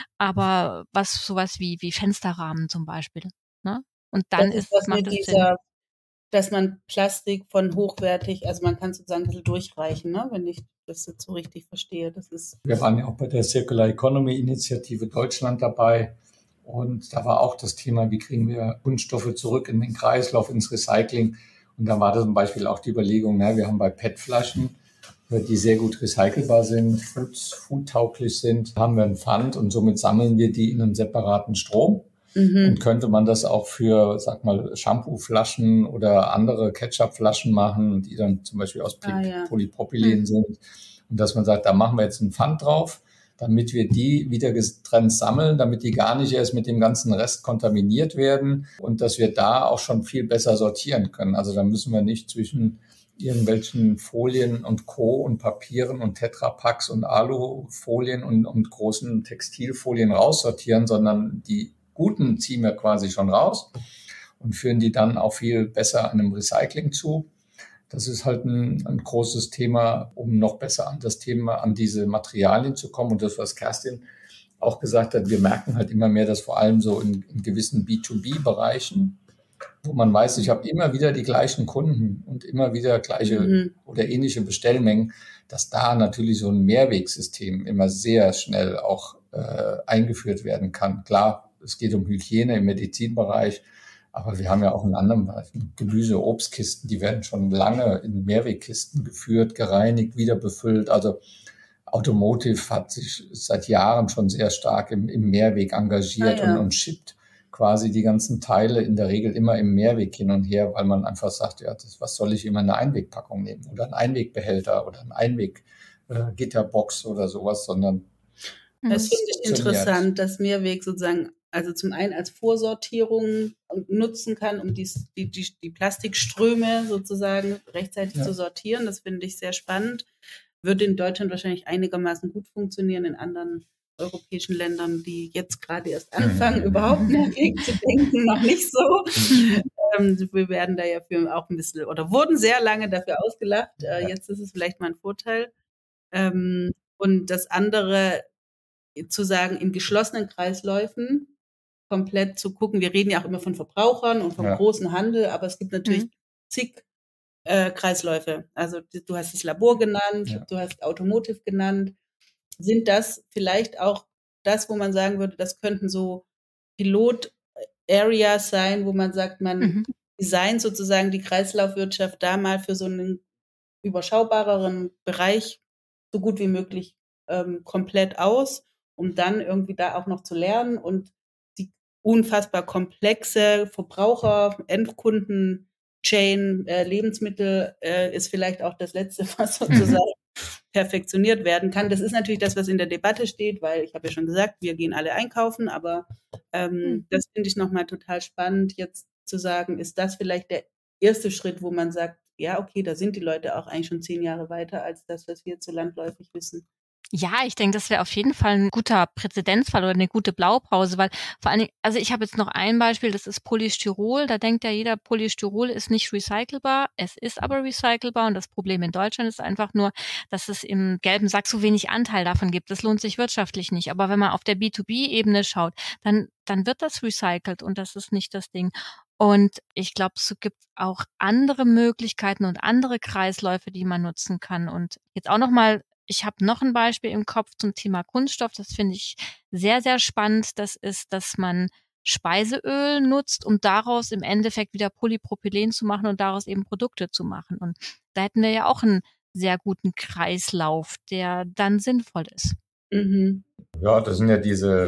Aber was sowas wie, wie Fensterrahmen zum Beispiel, ne? Und dann das ist, ist macht es dieser, Sinn. Dass man Plastik von hochwertig, also man kann sozusagen ein bisschen durchreichen, ne? Wenn ich das jetzt so richtig verstehe. Das ist Wir waren ja auch bei der Circular Economy Initiative Deutschland dabei. Und da war auch das Thema, wie kriegen wir Kunststoffe zurück in den Kreislauf, ins Recycling. Und da war das zum Beispiel auch die Überlegung, na, wir haben bei P E T-Flaschen, die sehr gut recycelbar sind, food, foodtauglich sind, haben wir einen Pfand und somit sammeln wir die in einem separaten Strom. Mhm. Und könnte man das auch für, sag mal, Shampooflaschen oder andere Ketchupflaschen machen, die dann zum Beispiel aus ah, ja. Polypropylen mhm. sind. Und dass man sagt, da machen wir jetzt einen Pfand drauf, damit wir die wieder getrennt sammeln, damit die gar nicht erst mit dem ganzen Rest kontaminiert werden und dass wir da auch schon viel besser sortieren können. Also da müssen wir nicht zwischen irgendwelchen Folien und Co. und Papieren und Tetrapacks und Alufolien und, und großen Textilfolien raussortieren, sondern die guten ziehen wir quasi schon raus und führen die dann auch viel besser einem Recycling zu. Das ist halt ein, ein großes Thema, um noch besser an das Thema, an diese Materialien zu kommen. Und das, was Kerstin auch gesagt hat, wir merken halt immer mehr, dass vor allem so in, in gewissen B zwei B-Bereichen, wo man weiß, ich habe immer wieder die gleichen Kunden und immer wieder gleiche mhm. oder ähnliche Bestellmengen, dass da natürlich so ein Mehrwegsystem immer sehr schnell auch äh, eingeführt werden kann. Klar, es geht um Hygiene im Medizinbereich, aber wir haben ja auch in anderen Bereichen Gemüse-, Obstkisten, die werden schon lange in Mehrwegkisten geführt, gereinigt, wieder befüllt. Also Automotive hat sich seit Jahren schon sehr stark im, im Mehrweg engagiert ah, ja. und, und schippt quasi die ganzen Teile in der Regel immer im Mehrweg hin und her, weil man einfach sagt, ja, das, was soll ich immer eine Einwegpackung nehmen oder einen Einwegbehälter oder eine Einweg-Gitterbox äh, oder sowas, sondern das finde ich interessant, dass Mehrweg sozusagen also zum einen als Vorsortierung nutzen kann, um die, die, die, die Plastikströme sozusagen rechtzeitig ja. zu sortieren. Das finde ich sehr spannend. Würde in Deutschland wahrscheinlich einigermaßen gut funktionieren, in anderen europäischen Ländern, die jetzt gerade erst anfangen, überhaupt Mehrweg zu denken, noch nicht so. ähm, wir werden da ja für auch ein bisschen, oder wurden sehr lange dafür ausgelacht. Äh, jetzt ist es vielleicht mal ein Vorteil. Ähm, und das andere, zu sagen, in geschlossenen Kreisläufen komplett zu gucken. Wir reden ja auch immer von Verbrauchern und vom ja. großen Handel, aber es gibt natürlich mhm. zig äh, Kreisläufe. Also du hast das Labor genannt, ja. du hast Automotive genannt. Sind das vielleicht auch das, wo man sagen würde, das könnten so Pilot-Areas sein, wo man sagt, man mhm. designt sozusagen die Kreislaufwirtschaft da mal für so einen überschaubareren Bereich so gut wie möglich ähm, komplett aus, um dann irgendwie da auch noch zu lernen und die unfassbar komplexe Verbraucher, Endkunden, Chain, äh, Lebensmittel äh, ist vielleicht auch das Letzte, was sozusagen mhm. perfektioniert werden kann. Das ist natürlich das, was in der Debatte steht, weil ich habe ja schon gesagt, wir gehen alle einkaufen, aber ähm, mhm. das finde ich nochmal total spannend, jetzt zu sagen, ist das vielleicht der erste Schritt, wo man sagt, ja, okay, da sind die Leute auch eigentlich schon zehn Jahre weiter als das, was wir zu landläufig wissen. Ja, ich denke, das wäre auf jeden Fall ein guter Präzedenzfall oder eine gute Blaupause, weil vor allen Dingen, also ich habe jetzt noch ein Beispiel, das ist Polystyrol. Da denkt ja jeder, Polystyrol ist nicht recycelbar. Es ist aber recycelbar und das Problem in Deutschland ist einfach nur, dass es im gelben Sack so wenig Anteil davon gibt. Das lohnt sich wirtschaftlich nicht. Aber wenn man auf der B zwei B-Ebene schaut, dann, dann wird das recycelt und das ist nicht das Ding. Und ich glaube, es gibt auch andere Möglichkeiten und andere Kreisläufe, die man nutzen kann. Und jetzt auch nochmal, ich habe noch ein Beispiel im Kopf zum Thema Kunststoff. Das finde ich sehr, sehr spannend. Das ist, dass man Speiseöl nutzt, um daraus im Endeffekt wieder Polypropylen zu machen und daraus eben Produkte zu machen. Und da hätten wir ja auch einen sehr guten Kreislauf, der dann sinnvoll ist. Mhm. Ja, das sind ja diese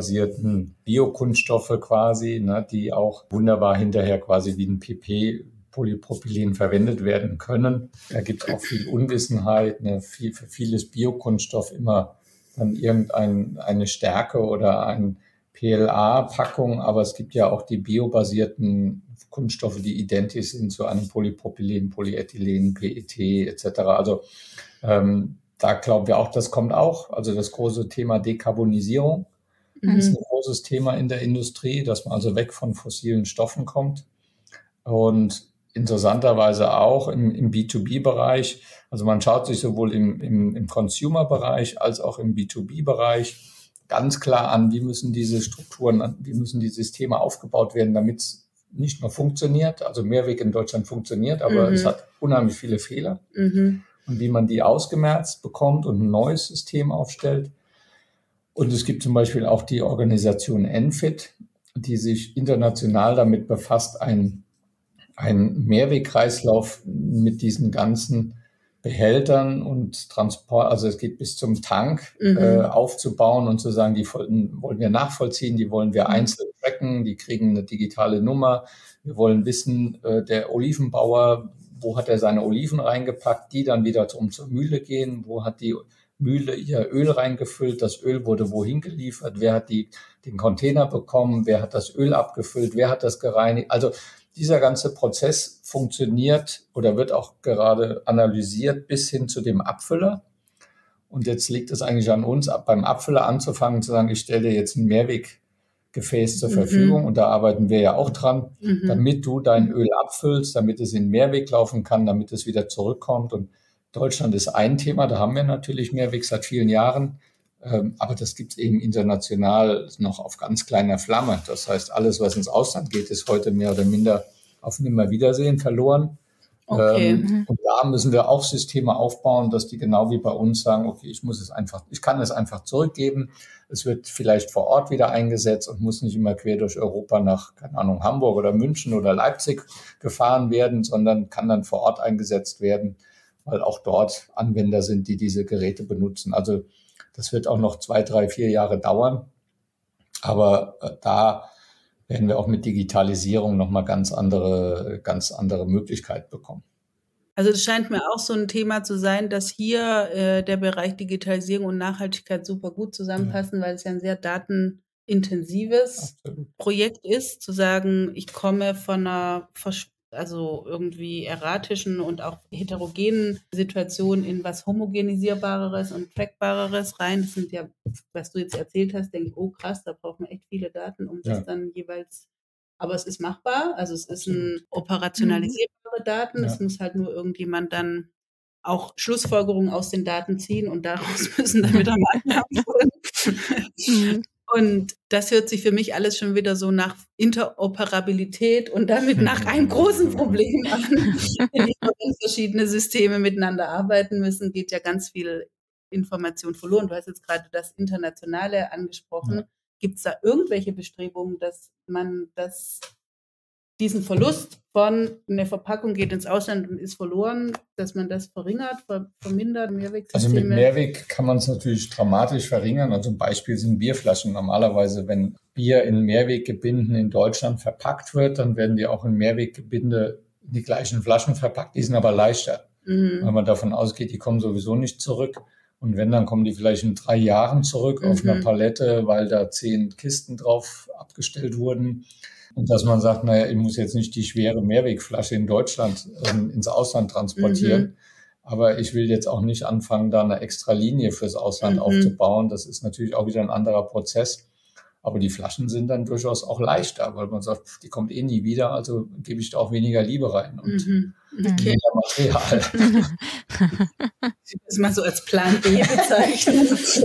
biobasierten Biokunststoffe quasi, ne, die auch wunderbar hinterher quasi wie ein P P Polypropylen verwendet werden können. Da gibt es auch viel Unwissenheit, ne, viel, für vieles Biokunststoff immer dann irgendeine eine Stärke oder ein P L A-Packung, aber es gibt ja auch die biobasierten Kunststoffe, die identisch sind zu einem Polypropylen, Polyethylen, P E T et cetera. Also ähm, da glauben wir auch, das kommt auch. Also das große Thema Dekarbonisierung mhm. ist ein großes Thema in der Industrie, dass man also weg von fossilen Stoffen kommt. Und interessanterweise auch im, im B zwei B-Bereich, also man schaut sich sowohl im, im, im Consumer-Bereich als auch im B zwei B-Bereich ganz klar an, wie müssen diese Strukturen, wie müssen die Systeme aufgebaut werden, damit es nicht nur funktioniert, also Mehrweg in Deutschland funktioniert, aber mhm. es hat unheimlich viele Fehler. Mhm. Und wie man die ausgemerzt bekommt und ein neues System aufstellt. Und es gibt zum Beispiel auch die Organisation N F I T, die sich international damit befasst, ein ein Mehrwegkreislauf mit diesen ganzen Behältern und Transport, also es geht bis zum Tank, mhm. äh, aufzubauen und zu sagen, die wollen wir nachvollziehen, die wollen wir mhm. einzeln tracken, die kriegen eine digitale Nummer. Wir wollen wissen, äh, der Olivenbauer, wo hat er seine Oliven reingepackt, die dann wieder zum, zur Mühle gehen, wo hat die Mühle ihr Öl reingefüllt, das Öl wurde wohin geliefert, wer hat die, den Container bekommen, wer hat das Öl abgefüllt, wer hat das gereinigt, also dieser ganze Prozess funktioniert oder wird auch gerade analysiert bis hin zu dem Abfüller. Und jetzt liegt es eigentlich an uns, ab beim Abfüller anzufangen, zu sagen, ich stelle dir jetzt ein Mehrweggefäß zur mhm. Verfügung. Und da arbeiten wir ja auch dran, mhm. damit du dein Öl abfüllst, damit es in Mehrweg laufen kann, damit es wieder zurückkommt. Und Deutschland ist ein Thema, da haben wir natürlich Mehrweg seit vielen Jahren. Aber das gibt es eben international noch auf ganz kleiner Flamme. Das heißt, alles, was ins Ausland geht, ist heute mehr oder minder auf Nimmerwiedersehen verloren. Okay. Ähm, und da müssen wir auch Systeme aufbauen, dass die genau wie bei uns sagen, okay, ich muss es einfach, ich kann es einfach zurückgeben. Es wird vielleicht vor Ort wieder eingesetzt und muss nicht immer quer durch Europa nach, keine Ahnung, Hamburg oder München oder Leipzig gefahren werden, sondern kann dann vor Ort eingesetzt werden, weil auch dort Anwender sind, die diese Geräte benutzen. Also das wird auch noch zwei, drei, vier Jahre dauern. Aber äh, da werden wir auch mit Digitalisierung nochmal ganz andere, ganz andere Möglichkeiten bekommen. Also es scheint mir auch so ein Thema zu sein, dass hier äh, der Bereich Digitalisierung und Nachhaltigkeit super gut zusammenpassen, ja. weil es ja ein sehr datenintensives Absolut. Projekt ist, zu sagen, ich komme von einer Versch- also irgendwie erratischen und auch heterogenen Situationen in was Homogenisierbareres und Trackbareres rein. Das sind ja, was du jetzt erzählt hast, denke ich, oh krass, da braucht man echt viele Daten, um ja. das dann jeweils, aber es ist machbar, also es ist ein operationalisierbare Daten, ja. es muss halt nur irgendjemand dann auch Schlussfolgerungen aus den Daten ziehen und daraus müssen dann wieder mal mhm. Und das hört sich für mich alles schon wieder so nach Interoperabilität und damit nach einem großen Problem an. Wenn verschiedene Systeme miteinander arbeiten müssen, geht ja ganz viel Information verloren. Du hast jetzt gerade das Internationale angesprochen. Ja. Gibt es da irgendwelche Bestrebungen, dass man das, diesen Verlust von eine Verpackung geht ins Ausland und ist verloren, dass man das verringert, vermindert, Mehrwegsysteme? Also mit Mehrweg kann man es natürlich dramatisch verringern. Also ein Beispiel sind Bierflaschen. Normalerweise, wenn Bier in Mehrweggebinden in Deutschland verpackt wird, dann werden die auch in Mehrweggebinde in die gleichen Flaschen verpackt. Die sind aber leichter, mhm. weil man davon ausgeht, die kommen sowieso nicht zurück. Und wenn, dann kommen die vielleicht in drei Jahren zurück mhm. auf einer Palette, weil da zehn Kisten drauf abgestellt wurden. Und dass man sagt, naja, ich muss jetzt nicht die schwere Mehrwegflasche in Deutschland ähm, ins Ausland transportieren, mhm. aber ich will jetzt auch nicht anfangen, da eine extra Linie fürs Ausland mhm. aufzubauen. Das ist natürlich auch wieder ein anderer Prozess. Aber die Flaschen sind dann durchaus auch leichter, weil man sagt, die kommt eh nie wieder, also gebe ich da auch weniger Liebe rein und mhm. okay. weniger Material. Das mal so als Plan B bezeichnen.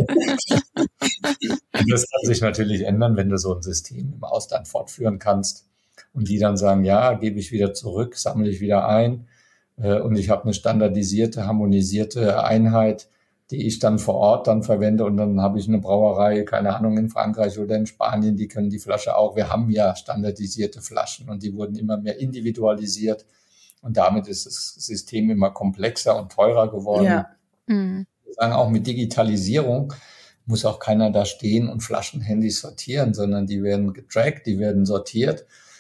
Das kann sich natürlich ändern, wenn du so ein System im Ausland fortführen kannst und die dann sagen, ja, gebe ich wieder zurück, sammle ich wieder ein äh, und ich habe eine standardisierte, harmonisierte Einheit, die ich dann vor Ort dann verwende und dann habe ich eine Brauerei, keine Ahnung, in Frankreich oder in Spanien, die können die Flasche auch. Wir haben ja standardisierte Flaschen und die wurden immer mehr individualisiert und damit ist das System immer komplexer und teurer geworden. Ja. Mhm. Wir sagen auch, mit Digitalisierung muss auch keiner da stehen und Flaschenhandys sortieren, sondern die werden getrackt, die werden sortiert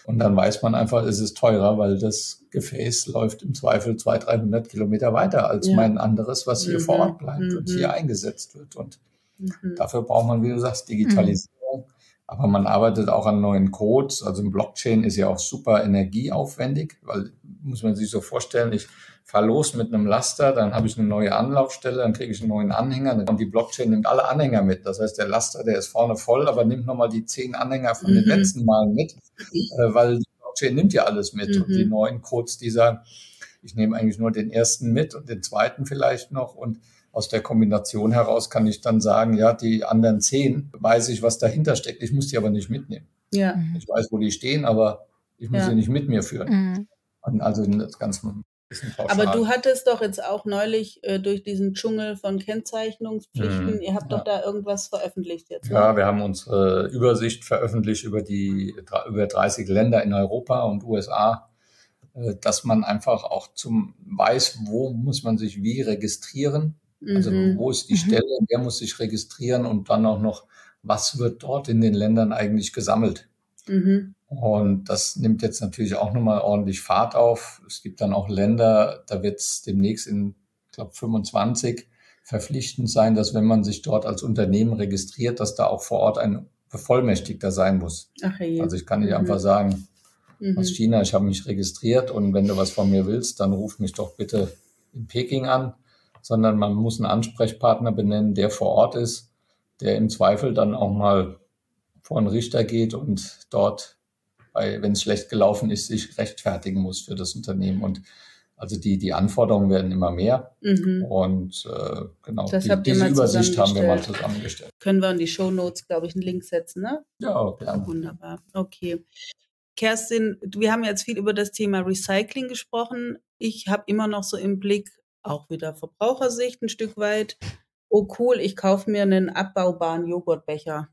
Und dann weiß man einfach, es ist teurer, weil das Gefäß läuft im Zweifel zweihundert, dreihundert Kilometer weiter als ja. mein anderes, was hier mhm. vor Ort bleibt mhm. und hier eingesetzt wird. Und mhm. dafür braucht man, wie du sagst, Digitalisierung. Mhm. Aber man arbeitet auch an neuen Codes. Also ein Blockchain ist ja auch super energieaufwendig, weil, muss man sich so vorstellen, ich fahre los mit einem Laster, dann habe ich eine neue Anlaufstelle, dann kriege ich einen neuen Anhänger und die Blockchain nimmt alle Anhänger mit. Das heißt, der Laster, der ist vorne voll, aber nimmt nochmal die zehn Anhänger von mhm. den letzten Malen mit, äh, weil die Blockchain nimmt ja alles mit. Mhm. Und die neuen Codes, die sagen, ich nehme eigentlich nur den ersten mit und den zweiten vielleicht noch und aus der Kombination heraus kann ich dann sagen, ja, die anderen zehn, weiß ich, was dahinter steckt. Ich muss die aber nicht mitnehmen. Ja. Ich weiß, wo die stehen, aber ich muss ja. sie nicht mit mir führen. Mhm. Und also das Ganze bisschen pauschal. Aber du hattest doch jetzt auch neulich äh, durch diesen Dschungel von Kennzeichnungspflichten, mhm. ihr habt ja. doch da irgendwas veröffentlicht jetzt. Ja, ne? Wir haben unsere Übersicht veröffentlicht über die über dreißig Länder in Europa und U S A, äh, dass man einfach auch zum weiß, wo muss man sich wie registrieren. Also mhm. wo ist die Stelle, wer muss sich registrieren und dann auch noch, was wird dort in den Ländern eigentlich gesammelt. Mhm. Und das nimmt jetzt natürlich auch nochmal ordentlich Fahrt auf. Es gibt dann auch Länder, da wird es demnächst in, ich glaube, fünfundzwanzig verpflichtend sein, dass wenn man sich dort als Unternehmen registriert, dass da auch vor Ort ein Bevollmächtigter sein muss. Ach je. Also ich kann nicht mhm. einfach sagen, mhm. aus China, ich habe mich registriert und wenn du was von mir willst, dann ruf mich doch bitte in Peking an, sondern man muss einen Ansprechpartner benennen, der vor Ort ist, der im Zweifel dann auch mal vor einen Richter geht und dort, weil wenn es schlecht gelaufen ist, sich rechtfertigen muss für das Unternehmen. Und also die, die Anforderungen werden immer mehr. Mhm. Und äh, genau, das die, habt ihr diese mal Übersicht haben wir mal zusammengestellt. Können wir in die Shownotes, glaube ich, einen Link setzen, ne? Ja, gerne. Wunderbar, okay. Kerstin, wir haben jetzt viel über das Thema Recycling gesprochen. Ich habe immer noch so im Blick, auch wieder Verbrauchersicht ein Stück weit, oh cool, ich kaufe mir einen abbaubaren Joghurtbecher.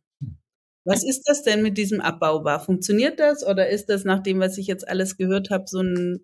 Was ist das denn mit diesem abbaubar? Funktioniert das oder ist das nach dem, was ich jetzt alles gehört habe, so eine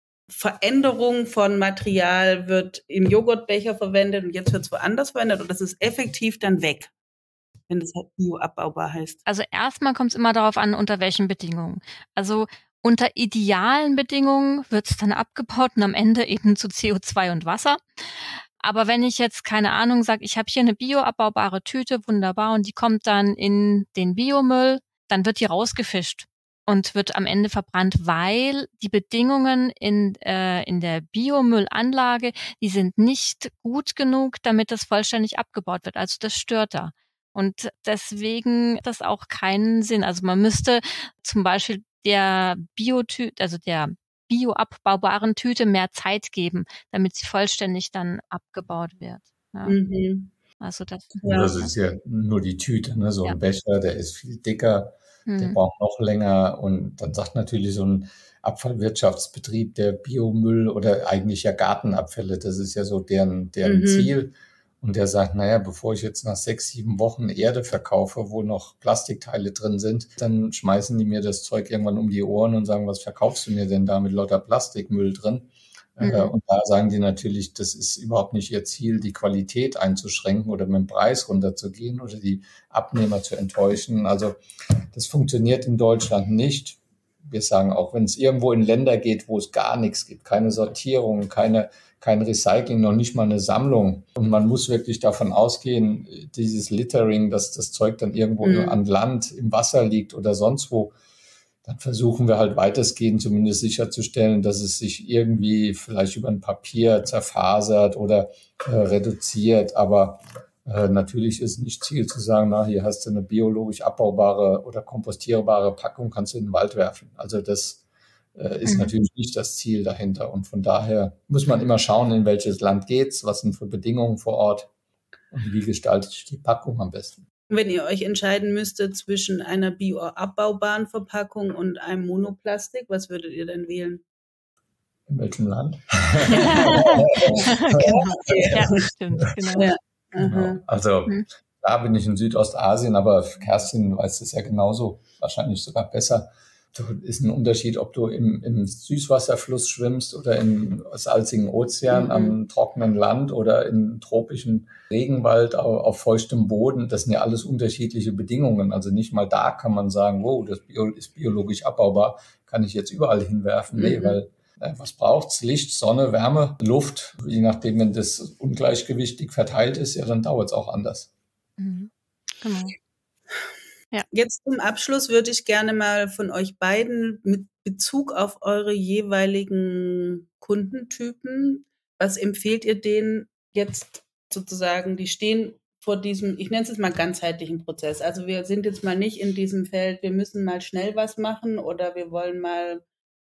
Veränderung von Material, wird im Joghurtbecher verwendet und jetzt wird es woanders verwendet und das ist effektiv dann weg, wenn das halt bio-abbaubar heißt? Also erstmal kommt es immer darauf an, unter welchen Bedingungen. Also unter idealen Bedingungen wird es dann abgebaut und am Ende eben zu C O zwei und Wasser. Aber wenn ich jetzt, keine Ahnung, sage, ich habe hier eine bioabbaubare Tüte, wunderbar, und die kommt dann in den Biomüll, dann wird die rausgefischt und wird am Ende verbrannt, weil die Bedingungen in, äh, in der Biomüllanlage, die sind nicht gut genug, damit das vollständig abgebaut wird. Also das stört da. Und deswegen hat das auch keinen Sinn. Also man müsste zum Beispiel der Biotüte, also der bioabbaubaren Tüte mehr Zeit geben, damit sie vollständig dann abgebaut wird. Ja. Mhm. Also das, ja. Das ist ja nur die Tüte, ne? So ja. ein Becher, der ist viel dicker, mhm. der braucht noch länger und dann sagt natürlich so ein Abfallwirtschaftsbetrieb, der Biomüll oder eigentlich ja Gartenabfälle, das ist ja so deren, deren mhm. Ziel. Und der sagt, naja, bevor ich jetzt nach sechs, sieben Wochen Erde verkaufe, wo noch Plastikteile drin sind, dann schmeißen die mir das Zeug irgendwann um die Ohren und sagen, was verkaufst du mir denn da mit lauter Plastikmüll drin? Mhm. Äh, und da sagen die natürlich, das ist überhaupt nicht ihr Ziel, die Qualität einzuschränken oder mit dem Preis runterzugehen oder die Abnehmer zu enttäuschen. Also das funktioniert in Deutschland nicht. Wir sagen auch, wenn es irgendwo in Länder geht, wo es gar nichts gibt, keine Sortierung, keine kein Recycling, noch nicht mal eine Sammlung. Und man muss wirklich davon ausgehen, dieses Littering, dass das Zeug dann irgendwo mhm. an Land, im Wasser liegt oder sonst wo, dann versuchen wir halt weitestgehend zumindest sicherzustellen, dass es sich irgendwie vielleicht über ein Papier zerfasert oder äh, reduziert. Aber äh, natürlich ist nicht Ziel zu sagen, na, hier hast du eine biologisch abbaubare oder kompostierbare Packung, kannst du in den Wald werfen. Also das ist mhm. natürlich nicht das Ziel dahinter. Und von daher muss man immer schauen, in welches Land geht's, was sind für Bedingungen vor Ort und wie gestaltet sich die Packung am besten. Wenn ihr euch entscheiden müsstet zwischen einer bioabbaubaren Verpackung und einem Monoplastik, was würdet ihr denn wählen? In welchem Land? Genau. Ja, stimmt. Genau. Ja. Genau. Also mhm. da bin ich in Südostasien, aber Kerstin weiß es ja genauso, wahrscheinlich sogar besser. ist ein Unterschied, ob du im, im Süßwasserfluss schwimmst oder im salzigen Ozean, mhm. am trockenen Land oder im tropischen Regenwald auf, auf feuchtem Boden. Das sind ja alles unterschiedliche Bedingungen. Also nicht mal da kann man sagen, wow, das ist biologisch abbaubar, kann ich jetzt überall hinwerfen. Mhm. Nee, weil äh, was braucht's? Licht, Sonne, Wärme, Luft. Je nachdem, wenn das ungleichgewichtig verteilt ist, ja, dann dauert es auch anders. Mhm. Genau. Ja. Jetzt zum Abschluss würde ich gerne mal von euch beiden mit Bezug auf eure jeweiligen Kundentypen, was empfehlt ihr denen jetzt sozusagen, die stehen vor diesem, ich nenne es jetzt mal ganzheitlichen Prozess. Also wir sind jetzt mal nicht in diesem Feld, wir müssen mal schnell was machen oder wir wollen mal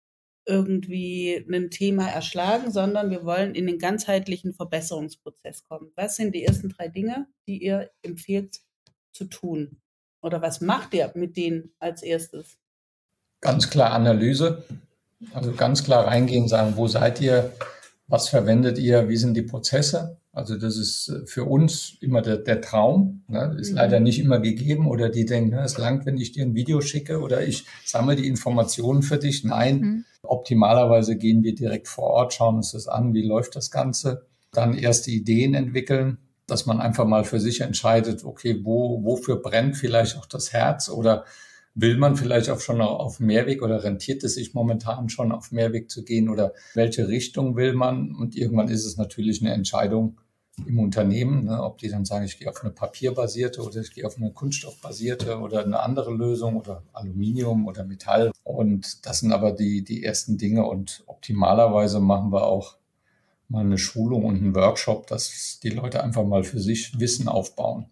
irgendwie ein Thema erschlagen, sondern wir wollen in den ganzheitlichen Verbesserungsprozess kommen. Was sind die ersten drei Dinge, die ihr empfehlt zu tun? Oder was macht ihr mit denen als erstes? Ganz klar Analyse. Also ganz klar reingehen, sagen, wo seid ihr, was verwendet ihr, wie sind die Prozesse? Also das ist für uns immer der, der Traum. Ne? Ist mhm. leider nicht immer gegeben. Oder die denken, ne, es langt, wenn ich dir ein Video schicke oder ich sammle die Informationen für dich. Nein, mhm. optimalerweise gehen wir direkt vor Ort, schauen uns das an, wie läuft das Ganze. Dann erste Ideen entwickeln, dass man einfach mal für sich entscheidet, okay, wo, wofür brennt vielleicht auch das Herz oder will man vielleicht auch schon auf Mehrweg oder rentiert es sich momentan schon auf Mehrweg zu gehen oder welche Richtung will man? Und irgendwann ist es natürlich eine Entscheidung im Unternehmen, ne, ob die dann sagen, ich gehe auf eine papierbasierte oder ich gehe auf eine kunststoffbasierte oder eine andere Lösung oder Aluminium oder Metall. Und das sind aber die, die ersten Dinge und optimalerweise machen wir auch mal eine Schulung und einen Workshop, dass die Leute einfach mal für sich Wissen aufbauen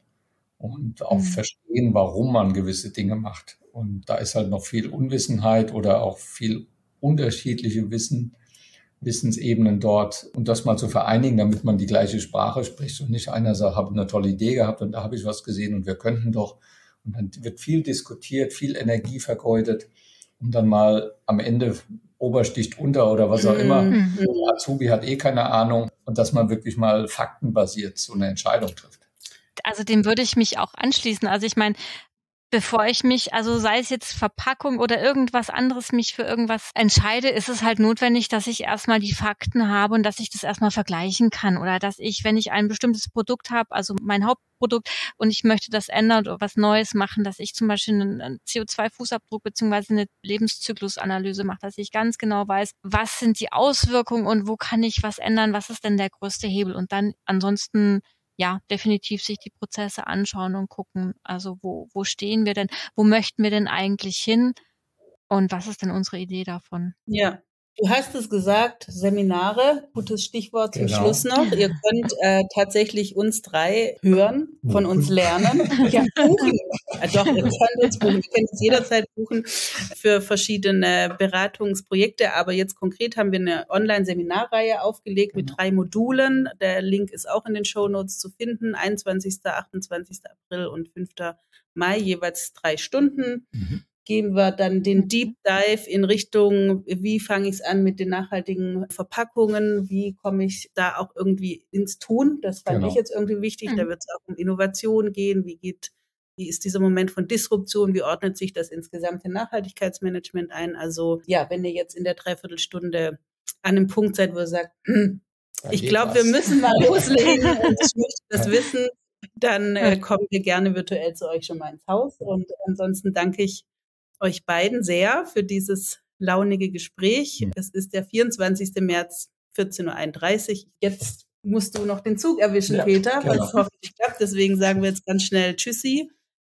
und auch mhm. verstehen, warum man gewisse Dinge macht. Und da ist halt noch viel Unwissenheit oder auch viel unterschiedliche Wissen, Wissensebenen dort. Und das mal zu vereinigen, damit man die gleiche Sprache spricht und nicht einer sagt, habe eine tolle Idee gehabt und da habe ich was gesehen und wir könnten doch. Und dann wird viel diskutiert, viel Energie vergeudet, um dann mal am Ende Obersticht unter oder was auch immer. Mhm. Der Azubi hat eh keine Ahnung. Und dass man wirklich mal faktenbasiert so eine Entscheidung trifft. Also dem würde ich mich auch anschließen. Also ich meine, bevor ich mich, also sei es jetzt Verpackung oder irgendwas anderes, mich für irgendwas entscheide, ist es halt notwendig, dass ich erstmal die Fakten habe und dass ich das erstmal vergleichen kann oder dass ich, wenn ich ein bestimmtes Produkt habe, also mein Hauptprodukt und ich möchte das ändern oder was Neues machen, dass ich zum Beispiel einen C O zwei Fußabdruck beziehungsweise eine Lebenszyklusanalyse mache, dass ich ganz genau weiß, was sind die Auswirkungen und wo kann ich was ändern, was ist denn der größte Hebel und dann ansonsten ja, definitiv sich die Prozesse anschauen und gucken, also wo, wo stehen wir denn, wo möchten wir denn eigentlich hin und was ist denn unsere Idee davon? Ja, du hast es gesagt, Seminare, gutes Stichwort zum genau. Schluss noch. Ihr könnt äh, tatsächlich uns drei hören, von uns lernen. Ja, buchen. Ja, doch, ihr könnt uns buchen. Ihr könnt uns jederzeit buchen für verschiedene Beratungsprojekte. Aber jetzt konkret haben wir eine Online-Seminarreihe aufgelegt genau. mit drei Modulen. Der Link ist auch in den Shownotes zu finden. einundzwanzigsten, achtundzwanzigsten April und fünften Mai, jeweils drei Stunden. Mhm. Geben wir dann den Deep Dive in Richtung, wie fange ich es an mit den nachhaltigen Verpackungen, wie komme ich da auch irgendwie ins Tun. Das fand genau. ich jetzt irgendwie wichtig. Mhm. Da wird es auch um Innovation gehen. Wie geht, wie ist dieser Moment von Disruption? Wie ordnet sich das ins gesamte Nachhaltigkeitsmanagement ein? Also ja, wenn ihr jetzt in der Dreiviertelstunde an einem Punkt seid, wo ihr sagt, hm, ich glaube, wir müssen mal loslegen und ich möchte das wissen, dann äh, kommen wir gerne virtuell zu euch schon mal ins Haus. Und ansonsten danke ich euch beiden sehr für dieses launige Gespräch. Mhm. Es ist der vierundzwanzigsten März, vierzehn Uhr einunddreißig. Jetzt musst du noch den Zug erwischen, ja, Peter, genau. was hoffentlich klappt. Deswegen sagen wir jetzt ganz schnell Tschüssi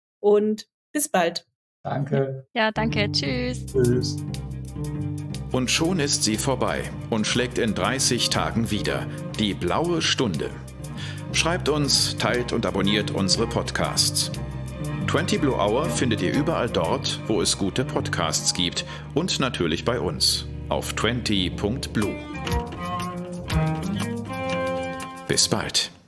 und bis bald. Danke. Ja, danke. Tschüss. Tschüss. Und schon ist sie vorbei und schlägt in dreißig Tagen wieder. Die blaue Stunde. Schreibt uns, teilt und abonniert unsere Podcasts. twenty Blue Hour findet ihr überall dort, wo es gute Podcasts gibt und natürlich bei uns auf twenty Punkt blue. Bis bald.